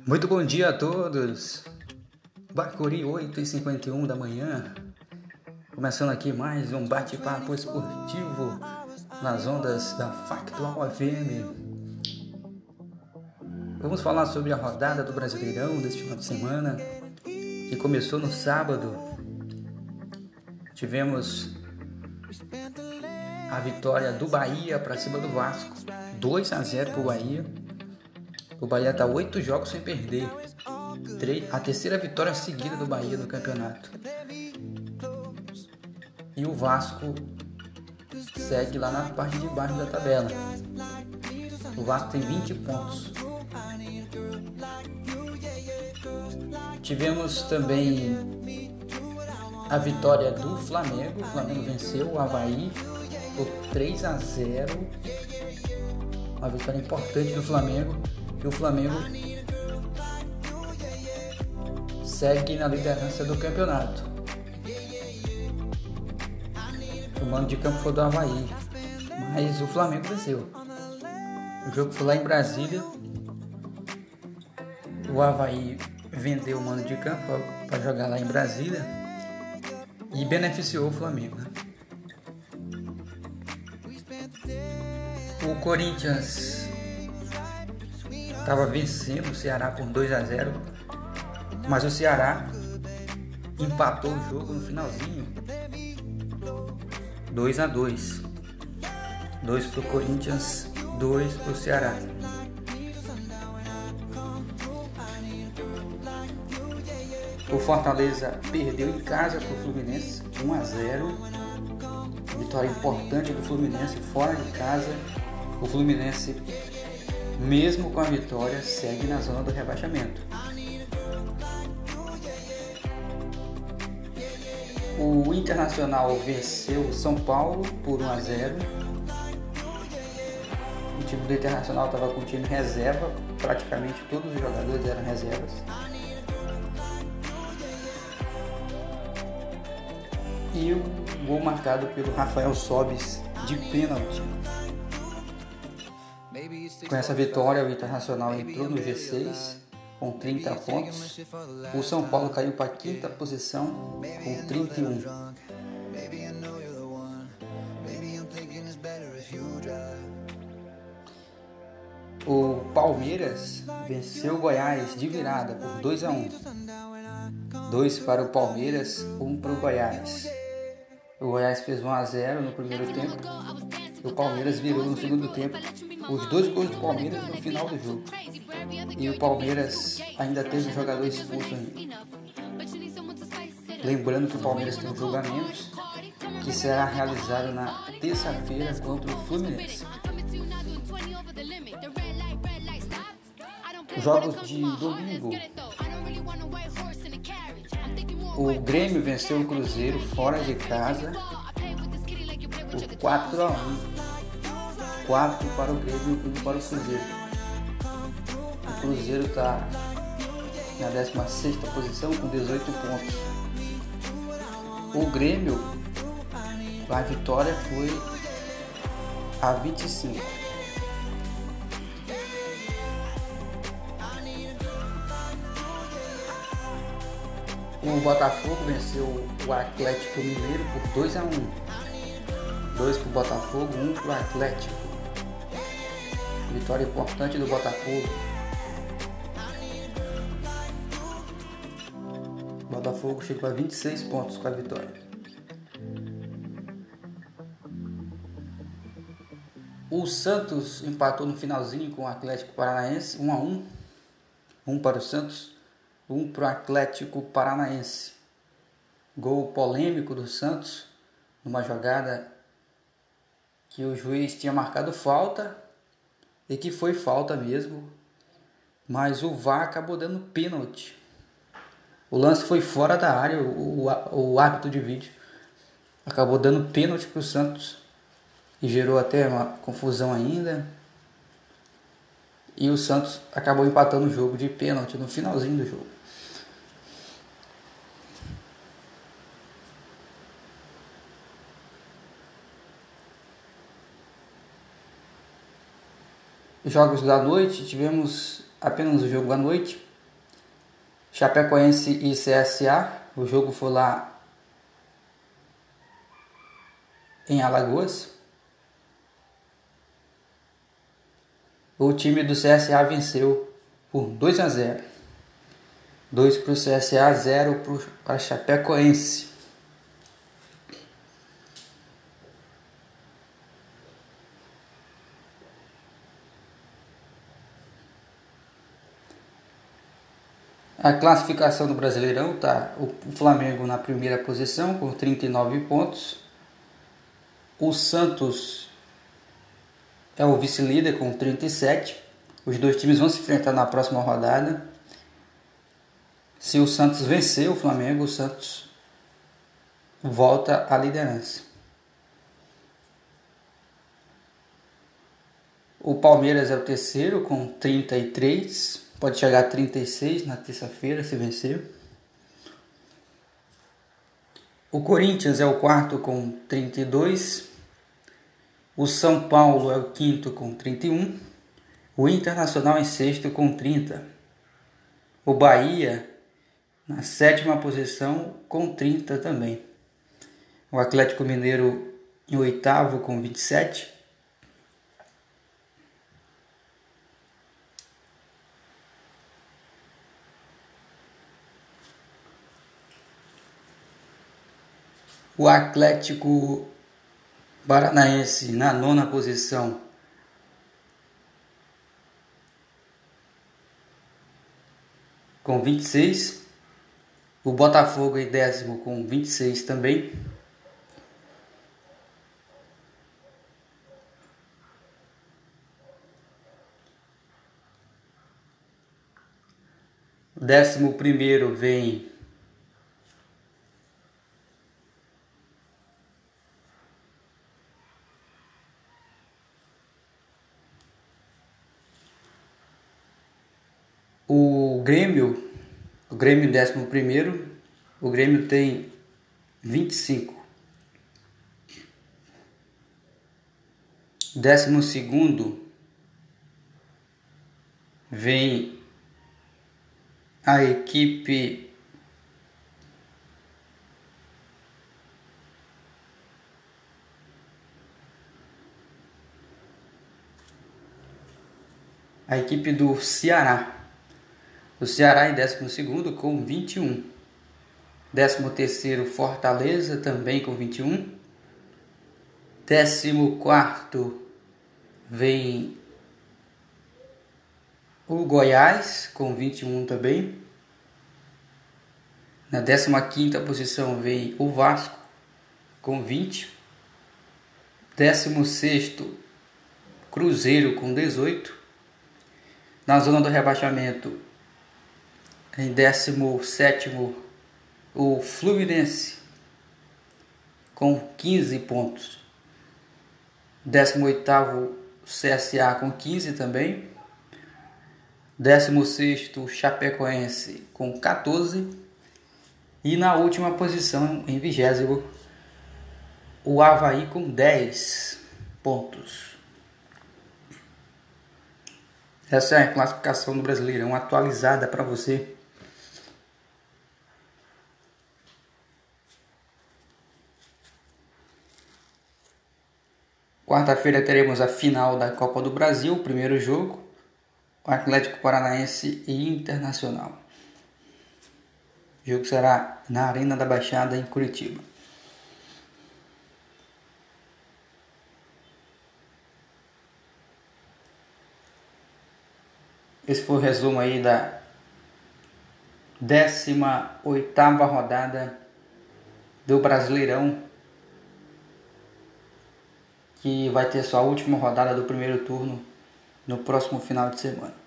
Muito bom dia a todos. Bacuri 8h51 da manhã. Começando aqui mais um bate-papo esportivo nas ondas da Factual FM. Vamos falar sobre a rodada do Brasileirão deste final de semana, que começou no sábado. Tivemos a vitória do Bahia para cima do Vasco, 2-0 para o Bahia. O Bahia está 8 jogos sem perder. A terceira vitória seguida do Bahia no campeonato. E o Vasco segue lá na parte de baixo da tabela. O Vasco tem 20 pontos. Tivemos também a vitória do Flamengo. O Flamengo venceu o Avaí por 3-0. Uma vitória importante do Flamengo. E o Flamengo segue na liderança do campeonato. O mando de campo foi do Avaí, mas o Flamengo venceu. O jogo foi lá em Brasília. O Avaí vendeu o mando de campo para jogar lá em Brasília e beneficiou o Flamengo. O Corinthians estava vencendo o Ceará por 2-0, mas o Ceará empatou o jogo no finalzinho, 2-2. 2 para o Corinthians, 2 para o Ceará. O Fortaleza perdeu em casa para o Fluminense, 1-0. Vitória importante do Fluminense fora de casa. O Fluminense, mesmo com a vitória, segue na zona do rebaixamento. O Internacional venceu o São Paulo por 1-0. O time do Internacional estava com o time reserva, praticamente todos os jogadores eram reservas. E o gol marcado pelo Rafael Sobis de pênalti. Com essa vitória, o Internacional entrou no G6 com 30 pontos. O São Paulo caiu para a quinta posição com 31. O Palmeiras venceu o Goiás de virada por 2-1. 2 para o Palmeiras, 1 para o Goiás. O Goiás fez 1-0 no primeiro tempo. O Palmeiras virou no segundo tempo. Os 2 gols do Palmeiras no final do jogo. E o Palmeiras ainda teve um jogador expulso ainda. Lembrando que o Palmeiras tem um jogo a menos, que será realizado na terça-feira contra o Fluminense. Jogos de domingo. O Grêmio venceu o Cruzeiro fora de casa por 4-1. 4 para o Grêmio e 1 para o Cruzeiro. O Cruzeiro está na 16ª posição com 18 pontos. O Grêmio, a vitória foi a 25. O Botafogo venceu o Atlético Mineiro por 2-1. 2 para o Botafogo, 1 para o Atlético. Vitória importante do Botafogo. O Botafogo chegou a 26 pontos com a vitória. O Santos empatou no finalzinho com o Atlético Paranaense, 1-1. 1 para o Santos, 1 para o Atlético Paranaense. Gol polêmico do Santos, numa jogada que o juiz tinha marcado falta, e que foi falta mesmo, mas o VAR acabou dando pênalti. O lance foi fora da área, o árbitro de vídeo acabou dando pênalti para o Santos, e gerou até uma confusão ainda. E o Santos acabou empatando o jogo de pênalti no finalzinho do jogo. Jogos da noite, tivemos apenas o jogo da noite. Chapecoense e CSA. O jogo foi lá em Alagoas. O time do CSA venceu por 2-0. 2 para o CSA, 0 para a Chapecoense. A classificação do Brasileirão tá o Flamengo na primeira posição com 39 pontos. O Santos é o vice-líder com 37. Os dois times vão se enfrentar na próxima rodada. Se o Santos vencer o Flamengo, o Santos volta à liderança. O Palmeiras é o terceiro com 33. Pode chegar a 36 na terça-feira se vencer. O Corinthians é o quarto com 32. O São Paulo é o quinto com 31. O Internacional em sexto com 30. O Bahia na sétima posição com 30 também. O Atlético Mineiro em oitavo com 27. O Atlético Paranaense na nona posição com 26. O Botafogo em décimo com 26 também. O 11º vem o Grêmio em 11º, o Grêmio tem 25. 12º vem a equipe do Ceará. O Ceará em 12º com 21. 13º Fortaleza também com 21. 14º vem o Goiás com 21 também. Na 15ª posição vem o Vasco com 20. 16º Cruzeiro com 18. Na zona do rebaixamento, em 17º, o Fluminense com 15 pontos. 18º, CSA com 15 também. 16º, Chapecoense com 14. E na última posição, em 20º, o Avaí com 10 pontos. Essa é a classificação do Brasileirão atualizada para você. Quarta-feira teremos a final da Copa do Brasil, o primeiro jogo, o Atlético Paranaense e Internacional. O jogo será na Arena da Baixada, em Curitiba. Esse foi o resumo aí da 18ª rodada do Brasileirão, que vai ter sua última rodada do primeiro turno no próximo final de semana.